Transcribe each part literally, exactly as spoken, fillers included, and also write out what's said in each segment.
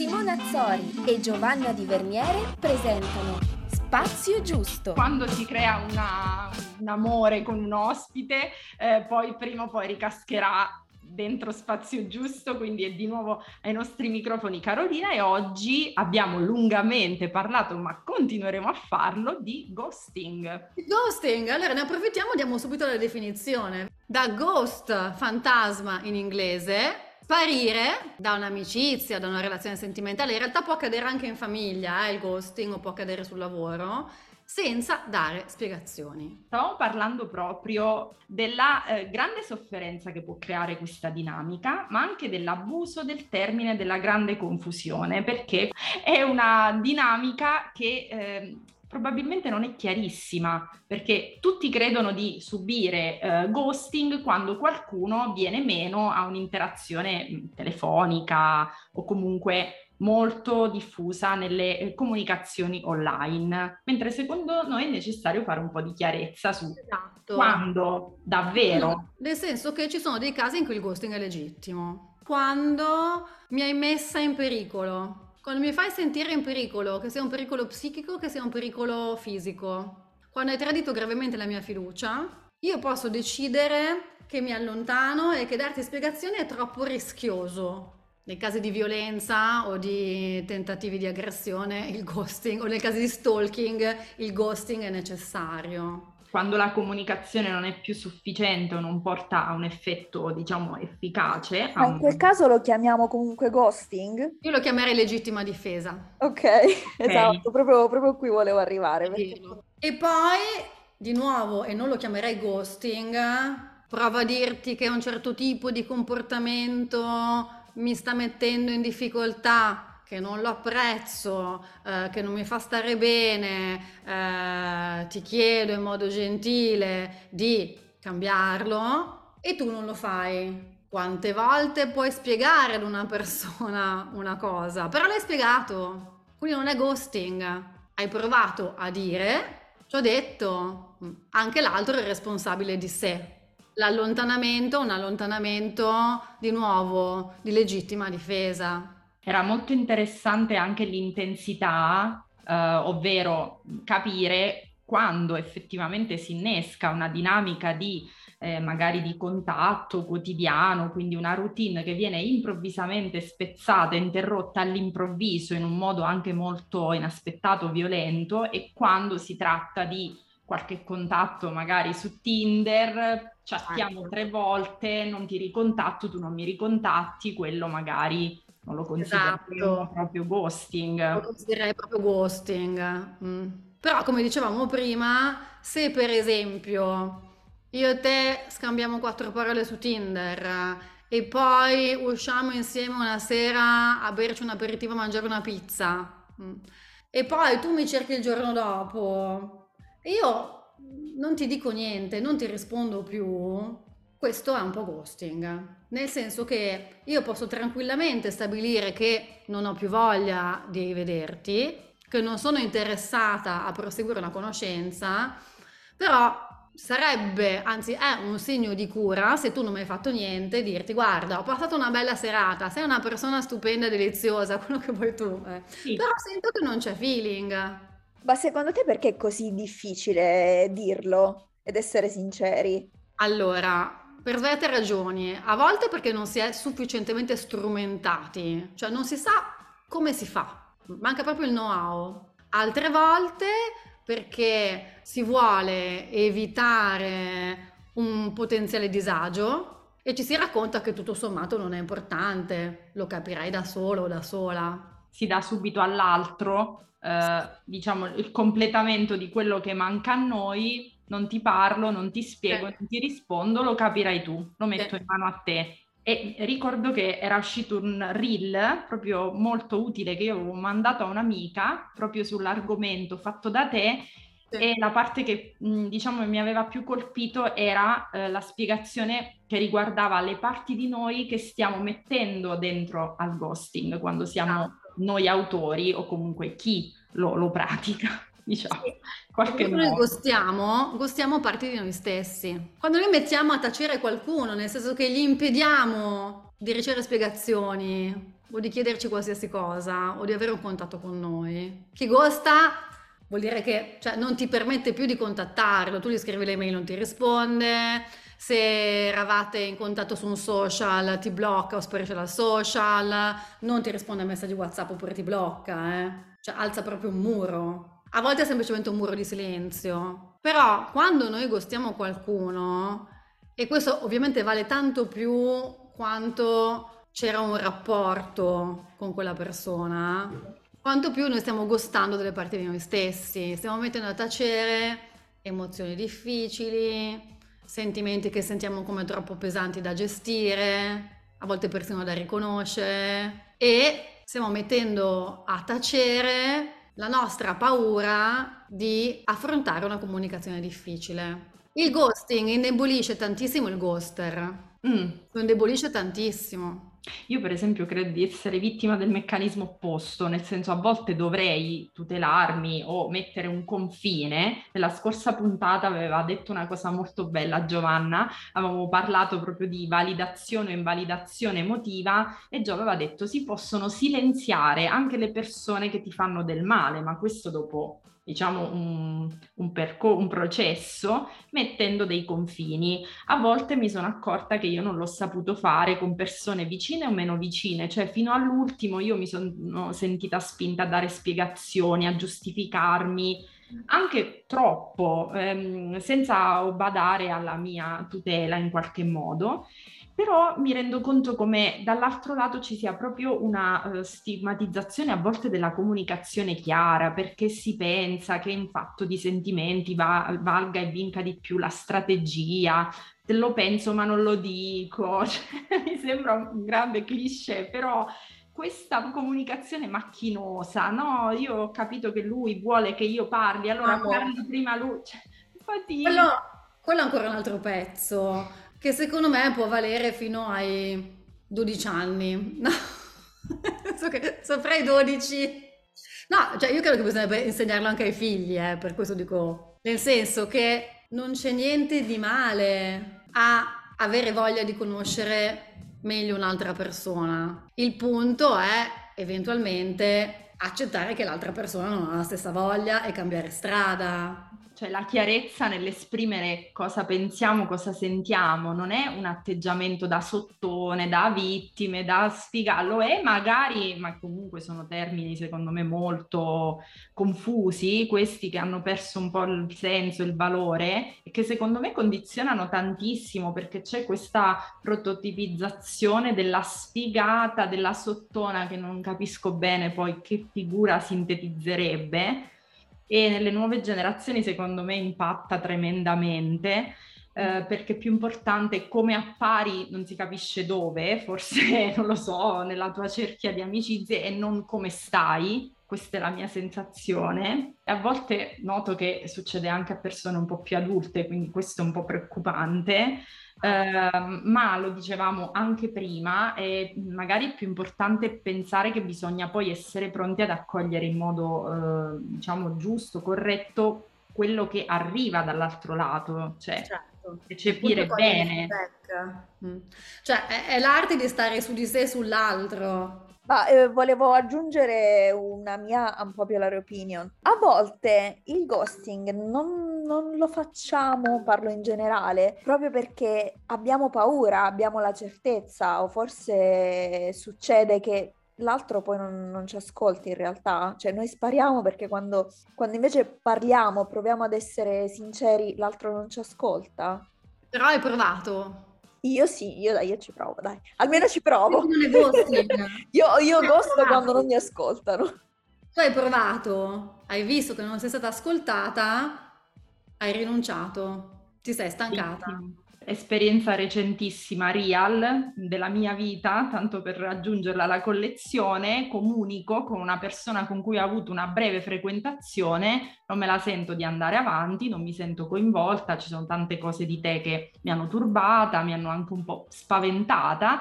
Simona Azzori e Giovanna Di Verniere presentano Spazio Giusto. Quando si crea una, un amore con un ospite, eh, poi prima o poi ricascherà dentro Spazio Giusto, quindi è di nuovo ai nostri microfoni Carolina e oggi abbiamo lungamente parlato, ma continueremo a farlo, di ghosting. Ghosting, allora ne approfittiamo, diamo subito la definizione. Da ghost, fantasma in inglese, sparire da un'amicizia, da una relazione sentimentale, in realtà può accadere anche in famiglia, eh, il ghosting, o può accadere sul lavoro, senza dare spiegazioni. Stavamo parlando proprio della eh, grande sofferenza che può creare questa dinamica, ma anche dell'abuso del termine, della grande confusione, perché è una dinamica che eh, probabilmente non è chiarissima, perché tutti credono di subire eh, ghosting quando qualcuno viene meno a un'interazione mh, telefonica o comunque molto diffusa nelle eh, comunicazioni online, mentre secondo noi è necessario fare un po' di chiarezza su Esatto. quando davvero. No, nel senso che ci sono dei casi in cui il ghosting è legittimo. Quando mi hai messa in pericolo, quando mi fai sentire in pericolo, che sia un pericolo psichico, che sia un pericolo fisico, quando hai tradito gravemente la mia fiducia, io posso decidere che mi allontano e che darti spiegazioni è troppo rischioso. Nei casi di violenza o di tentativi di aggressione, il ghosting, o nei casi di stalking, il ghosting è necessario. Quando la comunicazione non è più sufficiente o non porta a un effetto, diciamo, efficace. Ma un... in quel caso lo chiamiamo comunque ghosting? Io lo chiamerei legittima difesa. Ok, esatto, proprio, proprio qui volevo arrivare. Perché... E poi, di nuovo, e non lo chiamerei ghosting, prova a dirti che un certo tipo di comportamento mi sta mettendo in difficoltà, che non lo apprezzo, eh, che non mi fa stare bene, eh, ti chiedo in modo gentile di cambiarlo e tu non lo fai. Quante volte puoi spiegare ad una persona una cosa? Però l'hai spiegato, quindi non è ghosting. Hai provato a dire, ci ho detto, anche l'altro è responsabile di sé. L'allontanamento, un allontanamento di nuovo di legittima difesa. Era molto interessante anche l'intensità, eh, ovvero capire quando effettivamente si innesca una dinamica di eh, magari di contatto quotidiano, quindi una routine che viene improvvisamente spezzata, interrotta all'improvviso in un modo anche molto inaspettato, violento, e quando si tratta di qualche contatto magari su Tinder, chattiamo tre volte, non ti ricontatto, tu non mi ricontatti, quello magari non lo considero Esatto. proprio ghosting. Lo considererei proprio ghosting. Mm. Però, come dicevamo prima, se per esempio io e te scambiamo quattro parole su Tinder e poi usciamo insieme una sera a berci un aperitivo, a mangiare una pizza, mm. e poi tu mi cerchi il giorno dopo, io non ti dico niente, non ti rispondo più, questo è un po' ghosting, nel senso che io posso tranquillamente stabilire che non ho più voglia di vederti, che non sono interessata a proseguire una conoscenza, però sarebbe, anzi è un segno di cura se tu non mi hai fatto niente, dirti guarda, ho passato una bella serata, sei una persona stupenda, deliziosa, quello che vuoi tu, eh. Sì. Però sento che non c'è feeling. Ma secondo te perché è così difficile dirlo ed essere sinceri? Allora, per svariate ragioni, a volte perché non si è sufficientemente strumentati, cioè non si sa come si fa, manca proprio il know-how. Altre volte perché si vuole evitare un potenziale disagio e ci si racconta che tutto sommato non è importante, lo capirai da solo o da sola. Si dà subito all'altro, eh, diciamo, il completamento di quello che manca a noi. Non ti parlo, non ti spiego, Eh. non ti rispondo, lo capirai tu, lo metto Eh. in mano a te. E ricordo che era uscito un reel proprio molto utile che io avevo mandato a un'amica proprio sull'argomento fatto da te, Sì. e la parte che mh, diciamo mi aveva più colpito era eh, la spiegazione che riguardava le parti di noi che stiamo mettendo dentro al ghosting quando siamo Esatto. noi autori o comunque chi lo, lo pratica. diciamo, Sì. in qualche Quando noi modo. gostiamo, gostiamo parti di noi stessi. Quando noi mettiamo a tacere qualcuno, nel senso che gli impediamo di ricevere spiegazioni o di chiederci qualsiasi cosa o di avere un contatto con noi, chi gosta vuol dire che, cioè, non ti permette più di contattarlo, tu gli scrivi le mail, non ti risponde, se eravate in contatto su un social ti blocca o sparisce dal social, non ti risponde a messaggi WhatsApp oppure ti blocca, eh. Cioè alza proprio un muro. A volte è semplicemente un muro di silenzio. Però quando noi ghostiamo qualcuno, e questo ovviamente vale tanto più quanto c'era un rapporto con quella persona, quanto più noi stiamo ghostando delle parti di noi stessi, stiamo mettendo a tacere emozioni difficili, sentimenti che sentiamo come troppo pesanti da gestire, a volte persino da riconoscere, e stiamo mettendo a tacere la nostra paura di affrontare una comunicazione difficile. Il ghosting indebolisce tantissimo il ghoster, Mm. lo indebolisce tantissimo. Io per esempio credo di essere vittima del meccanismo opposto, nel senso a volte dovrei tutelarmi o mettere un confine. Nella scorsa puntata aveva detto una cosa molto bella Giovanna, avevamo parlato proprio di validazione e invalidazione emotiva e Gio aveva detto si possono silenziare anche le persone che ti fanno del male, ma questo dopo diciamo un, un, percor- un processo mettendo dei confini. A volte mi sono accorta che io non l'ho saputo fare con persone vicine o meno vicine, cioè fino all'ultimo io mi sono sentita spinta a dare spiegazioni, a giustificarmi, anche troppo, ehm, senza badare alla mia tutela in qualche modo. Però mi rendo conto come dall'altro lato ci sia proprio una uh, stigmatizzazione a volte della comunicazione chiara, perché si pensa che in fatto di sentimenti va, valga e vinca di più la strategia. Te lo penso ma non lo dico, cioè, mi sembra un grande cliché, però questa comunicazione macchinosa, no? Io ho capito che lui vuole che io parli, allora Amo. parli prima lui, cioè, infatti... Quello, quello è ancora un altro pezzo che secondo me può valere fino ai dodici anni. No, so che sopra i dodici. No, cioè io credo che bisognerebbe insegnarlo anche ai figli, eh, per questo dico, nel senso che non c'è niente di male a avere voglia di conoscere meglio un'altra persona. Il punto è eventualmente accettare che l'altra persona non ha la stessa voglia e cambiare strada. Cioè la chiarezza nell'esprimere cosa pensiamo, cosa sentiamo, non è un atteggiamento da sottone, da vittime, da sfigallo, e magari, ma comunque sono termini secondo me molto confusi, questi che hanno perso un po' il senso, il valore, e che secondo me condizionano tantissimo, perché c'è questa prototipizzazione della sfigata, della sottona, che non capisco bene poi che figura sintetizzerebbe. E nelle nuove generazioni secondo me impatta tremendamente, eh, perché è più importante come appari, non si capisce dove, forse non lo so, nella tua cerchia di amicizie, e non come stai. Questa è la mia sensazione. E a volte noto che succede anche a persone un po' più adulte, quindi questo è un po' preoccupante. Uh, ma lo dicevamo anche prima, e magari è più importante pensare che bisogna poi essere pronti ad accogliere in modo uh, diciamo giusto, corretto quello che arriva dall'altro lato, cioè Certo. recepire bene. Mm. Cioè è, è l'arte di stare su di sé e sull'altro. Ma eh, volevo aggiungere una mia unpopular opinion. A volte il ghosting non, non lo facciamo, parlo in generale, proprio perché abbiamo paura, abbiamo la certezza, o forse succede che l'altro poi non, non ci ascolti in realtà. Cioè noi spariamo perché quando, quando invece parliamo, proviamo ad essere sinceri, l'altro non ci ascolta. Però hai provato. Io sì, io dai, io ci provo, dai. Almeno ci provo. Non è ghosting. io io Hai ghosto provato. quando non mi ascoltano. Tu hai provato, hai visto che non sei stata ascoltata, hai rinunciato, ti sei stancata. Esperienza recentissima, real, della mia vita, tanto per aggiungerla alla collezione, comunico con una persona con cui ho avuto una breve frequentazione, non me la sento di andare avanti, non mi sento coinvolta, ci sono tante cose di te che mi hanno turbata, mi hanno anche un po' spaventata,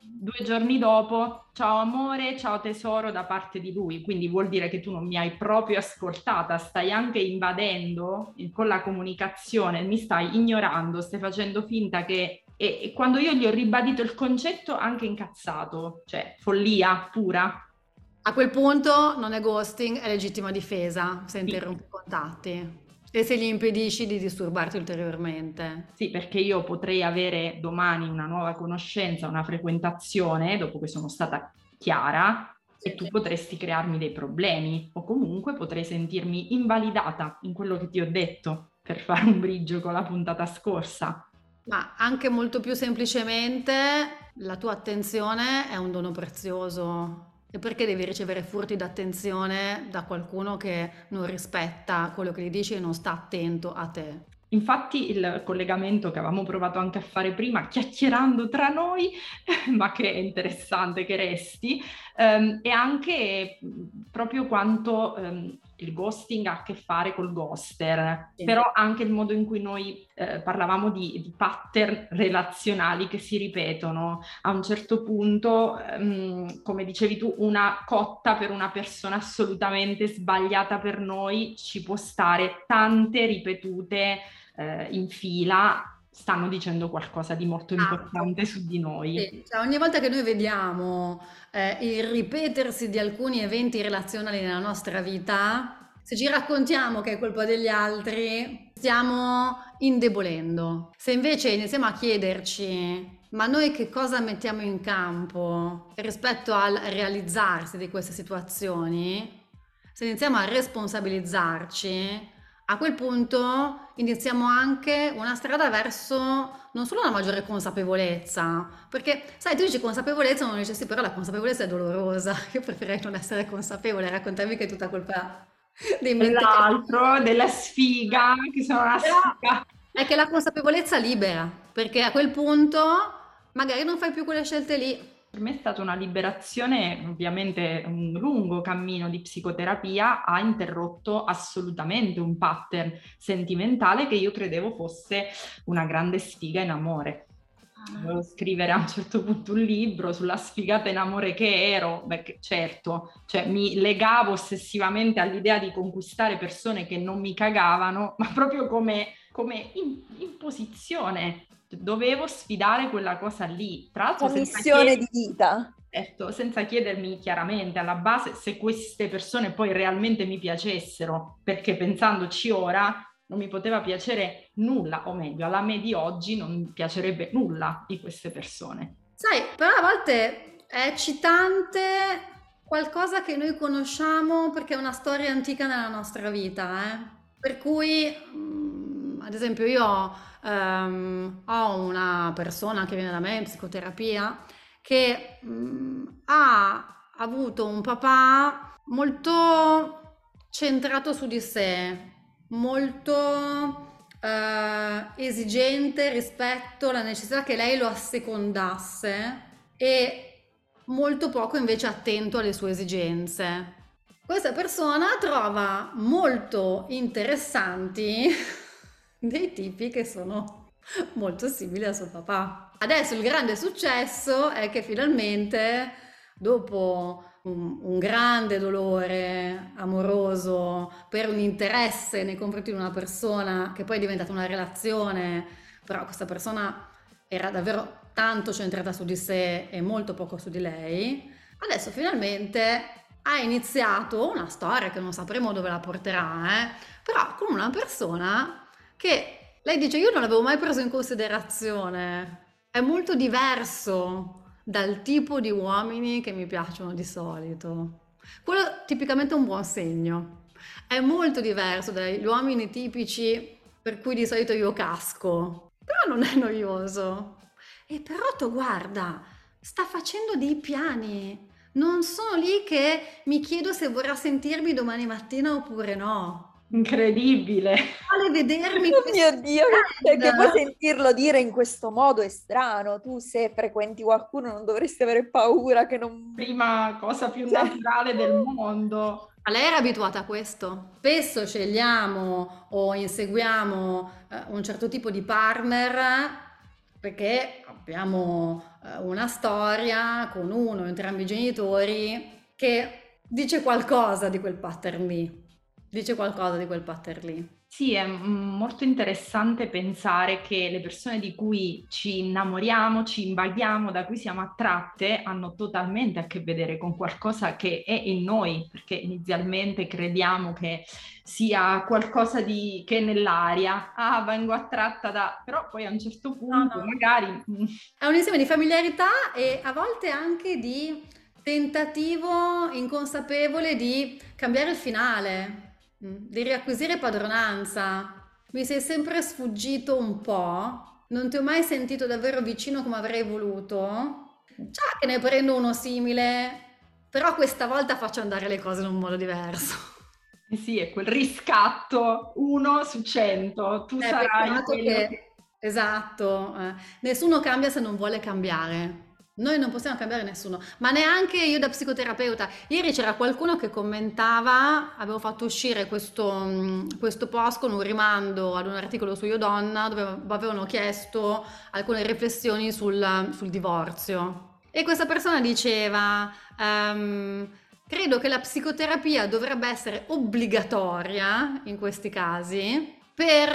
due giorni dopo, ciao amore, ciao tesoro da parte di lui, quindi vuol dire che tu non mi hai proprio ascoltata, stai anche invadendo con la comunicazione, mi stai ignorando, stai facendo finta che... E, e quando io gli ho ribadito il concetto, anche incazzato, cioè follia pura. A quel punto non è ghosting, è legittima difesa se Sì. interrompi i contatti e se gli impedisci di disturbarti ulteriormente. Sì, perché io potrei avere domani una nuova conoscenza, una frequentazione, dopo che sono stata chiara, e tu potresti crearmi dei problemi, o comunque potrei sentirmi invalidata in quello che ti ho detto, per fare un brigio con la puntata scorsa. Ma anche molto più semplicemente, la tua attenzione è un dono prezioso. E perché devi ricevere furti d'attenzione da qualcuno che non rispetta quello che gli dici e non sta attento a te? Infatti il collegamento che avevamo provato anche a fare prima, chiacchierando tra noi, ma che è interessante che resti, ehm, è anche proprio quanto ehm, il ghosting ha a che fare col ghoster, Sì. però anche il modo in cui noi eh, parlavamo di, di pattern relazionali che si ripetono. A un certo punto, ehm, come dicevi tu, una cotta per una persona assolutamente sbagliata per noi ci può stare tante ripetute eh, in fila, stanno dicendo qualcosa di molto importante su di noi. Sì, cioè ogni volta che noi vediamo eh, il ripetersi di alcuni eventi relazionali nella nostra vita, se ci raccontiamo che è colpa degli altri, stiamo indebolendo. Se invece iniziamo a chiederci, ma noi che cosa mettiamo in campo rispetto al realizzarsi di queste situazioni, se iniziamo a responsabilizzarci, a quel punto iniziamo anche una strada verso non solo una maggiore consapevolezza, perché sai, tu dici consapevolezza, non dici sì, però la consapevolezza è dolorosa. Io preferirei non essere consapevole, raccontarmi che è tutta colpa dei miei Dell'altro, della sfiga, che sono una Però sfiga. è che la consapevolezza libera, perché a quel punto magari non fai più quelle scelte lì. Per me è stata una liberazione, ovviamente un lungo cammino di psicoterapia ha interrotto assolutamente un pattern sentimentale che io credevo fosse una grande sfiga in amore. Volevo scrivere a un certo punto un libro sulla sfigata in amore che ero, beh, certo, cioè mi legavo ossessivamente all'idea di conquistare persone che non mi cagavano, ma proprio come, come in, imposizione. Dovevo sfidare quella cosa lì, tra l'altro Una senza missione chied- di vita. certo, senza chiedermi chiaramente alla base se queste persone poi realmente mi piacessero, perché pensandoci ora non mi poteva piacere nulla, o meglio, alla me di oggi non mi piacerebbe nulla di queste persone. Sai, però a volte è eccitante qualcosa che noi conosciamo perché è una storia antica nella nostra vita, eh? Per cui, mm, ad esempio, io ehm, ho una persona che viene da me in psicoterapia che mm, ha avuto un papà molto centrato su di sé, molto eh, esigente rispetto alla necessità che lei lo assecondasse e molto poco invece attento alle sue esigenze. Questa persona trova molto interessanti dei tipi che sono molto simili al suo papà. Adesso il grande successo è che finalmente, dopo un, un grande dolore amoroso per un interesse nei confronti di una persona che poi è diventata una relazione, però questa persona era davvero tanto centrata su di sé e molto poco su di lei, adesso finalmente ha iniziato una storia che non sapremo dove la porterà, eh? Però con una persona che lei dice io non l'avevo mai preso in considerazione, è molto diverso dal tipo di uomini che mi piacciono di solito. Quello tipicamente è un buon segno. È molto diverso dagli uomini tipici per cui di solito io casco, però non è noioso. E però tu guarda, sta facendo dei piani. Non sono lì che mi chiedo se vorrà sentirmi domani mattina oppure no. Incredibile. Vuole vedermi Oh questo mio Dio, weekend. perché poi sentirlo dire in questo modo è strano. Tu se frequenti qualcuno non dovresti avere paura che non... Prima cosa più Cioè- naturale del mondo. Ma lei era abituata a questo. Spesso scegliamo o inseguiamo eh, un certo tipo di partner perché abbiamo eh, una storia con uno o entrambi i genitori che dice qualcosa di quel pattern lì, dice qualcosa di quel pattern lì. Sì, è mm, molto interessante pensare che le persone di cui ci innamoriamo, ci invaghiamo, da cui siamo attratte, hanno totalmente a che vedere con qualcosa che è in noi, perché inizialmente crediamo che sia qualcosa di, che è nell'aria. Ah, vengo attratta da... però poi a un certo punto no. magari... mm, È un insieme di familiarità e a volte anche di tentativo inconsapevole di cambiare il finale, mm, di riacquisire padronanza. Mi sei sempre sfuggito un po', non ti ho mai sentito davvero vicino come avrei voluto. Già che ne prendo uno simile, però questa volta faccio andare le cose in un modo diverso. eh sì, è quel riscatto uno su cento, tu È sarai peccato quello che... che... Esatto, eh. Nessuno cambia se non vuole cambiare. Noi non possiamo cambiare nessuno, ma neanche io da psicoterapeuta. Ieri c'era qualcuno che commentava, avevo fatto uscire questo, mh, questo post con un rimando ad un articolo su Io Donna dove avevano chiesto alcune riflessioni sul, sul divorzio. E questa persona diceva, ehm, credo che la psicoterapia dovrebbe essere obbligatoria in questi casi per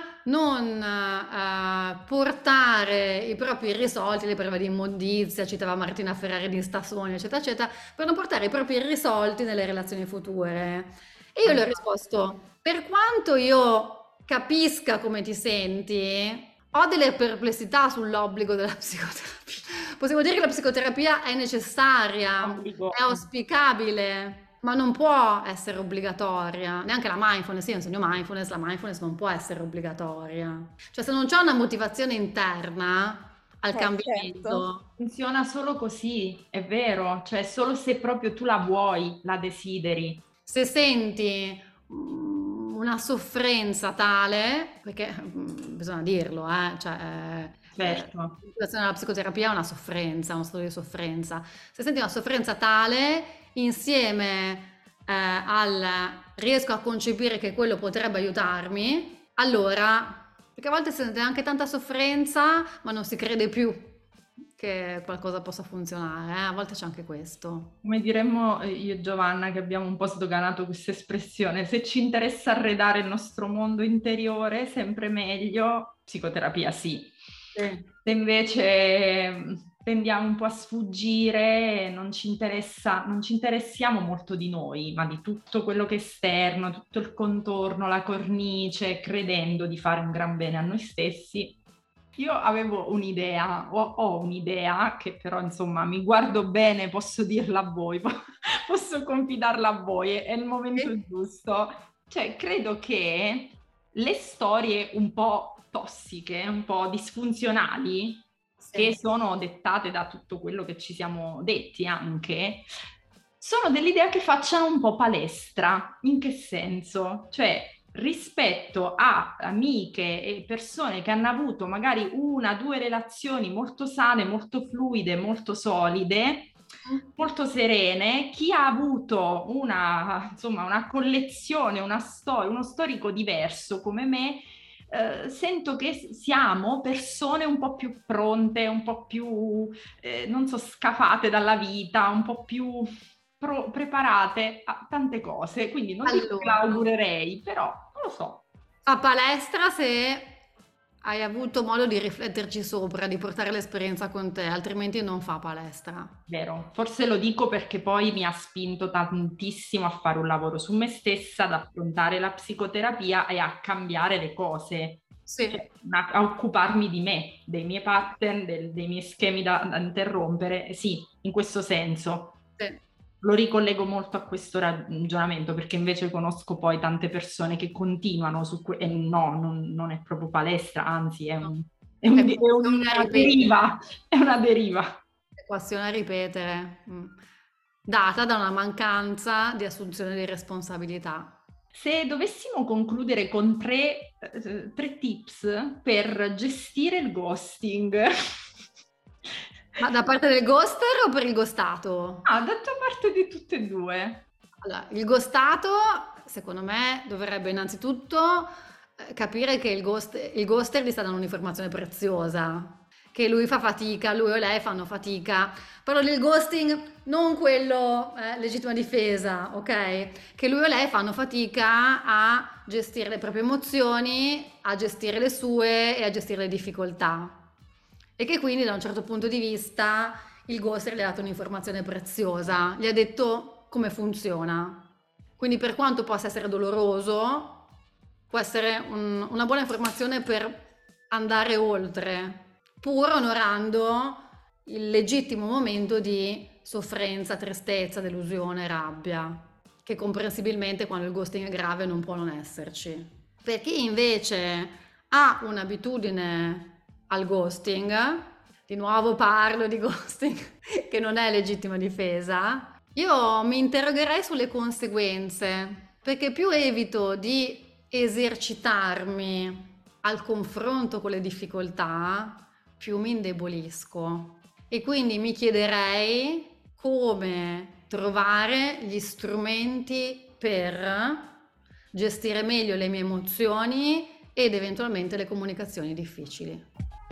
non eh, portare i propri irrisolti, le prove di immondizia, citava Martina Ferrari di Stassoni, eccetera, eccetera, per non portare i propri irrisolti nelle relazioni future. E io le ho risposto, per quanto io capisca come ti senti, ho delle perplessità sull'obbligo della psicoterapia. Possiamo dire che la psicoterapia è necessaria, Obbligo. è auspicabile, ma non può essere obbligatoria. Neanche la mindfulness, io insegno mindfulness, la mindfulness non può essere obbligatoria. Cioè se non c'è una motivazione interna al Eh, cambiamento, certo. Funziona solo così, è vero, cioè solo se proprio tu la vuoi, la desideri. se senti mm, una sofferenza tale, perché mm, bisogna dirlo, eh, cioè, eh, Certo. l'attuazione della psicoterapia è una sofferenza, uno stato di sofferenza. Se senti una sofferenza tale, insieme eh, al riesco a concepire che quello potrebbe aiutarmi, allora, perché a volte si sente anche tanta sofferenza, ma non si crede più che qualcosa possa funzionare, eh? A volte c'è anche questo. Come diremmo eh, io e Giovanna, che abbiamo un po' sdoganato questa espressione, se ci interessa arredare il nostro mondo interiore, sempre meglio, psicoterapia sì. Sì. Se invece mh, tendiamo un po' a sfuggire, non ci interessa, non ci interessiamo molto di noi, ma di tutto quello che è esterno, tutto il contorno, la cornice, credendo di fare un gran bene a noi stessi. Io avevo un'idea, ho, ho un'idea che però insomma mi guardo bene, posso dirla a voi, posso confidarla a voi, è il momento Sì. giusto. Cioè, credo che le storie un po' tossiche, un po' disfunzionali, che Sì. sono dettate da tutto quello che ci siamo detti anche, sono dell'idea che facciano un po' palestra. In che senso? Cioè, rispetto a amiche e persone che hanno avuto magari una, due relazioni molto sane, molto fluide, molto solide, molto serene, chi ha avuto una, insomma, una collezione, una storia, uno storico diverso come me, eh, sento che siamo persone un po' più pronte, un po' più, eh, non so, scafate dalla vita, un po' più pro- preparate a tante cose. Quindi non dico che la Allora, augurerei, però non lo so. fa palestra se hai avuto modo di rifletterci sopra, di portare l'esperienza con te, altrimenti non fa palestra. Vero, forse lo dico perché poi mi ha spinto tantissimo a fare un lavoro su me stessa, ad affrontare la psicoterapia e a cambiare le cose, Sì, cioè, a, a occuparmi di me, dei miei pattern, del- dei miei schemi da, da interrompere. Sì, in questo senso. sì. Lo ricollego molto a questo ragionamento perché invece conosco poi tante persone che continuano su que- e no, non, non è proprio palestra, anzi è, un, è, un- È è questione una da ripetere. deriva, è una deriva. Equazione a ripetere, mm, data da una mancanza di assunzione di responsabilità. Se dovessimo concludere con tre, eh, tre tips per gestire il ghosting, Ma da parte del ghoster o per il ghostato? ah, da tua parte di tutte e due. Allora, il ghostato, secondo me, dovrebbe innanzitutto eh, capire che il, ghost, il ghoster gli sta dando un'informazione preziosa, che che lui fa fatica, lui o lei fanno fatica. Parlo del ghosting, non quello eh, legittima difesa, ok? Che lui o lei fanno fatica a gestire le proprie emozioni, a gestire le sue e a gestire le difficoltà. E che quindi da un certo punto di vista il ghoster gli ha dato un'informazione preziosa, gli ha detto come funziona. Quindi per quanto possa essere doloroso, può essere un, una buona informazione per andare oltre, pur onorando il legittimo momento di sofferenza, tristezza, delusione, rabbia, che comprensibilmente quando il ghosting è grave non può non esserci. Per chi invece ha un'abitudine al ghosting, di nuovo parlo di ghosting che non è legittima difesa, io mi interrogherei sulle conseguenze, perché più evito di esercitarmi al confronto con le difficoltà, più mi indebolisco. E quindi mi chiederei come trovare gli strumenti per gestire meglio le mie emozioni ed eventualmente le comunicazioni difficili.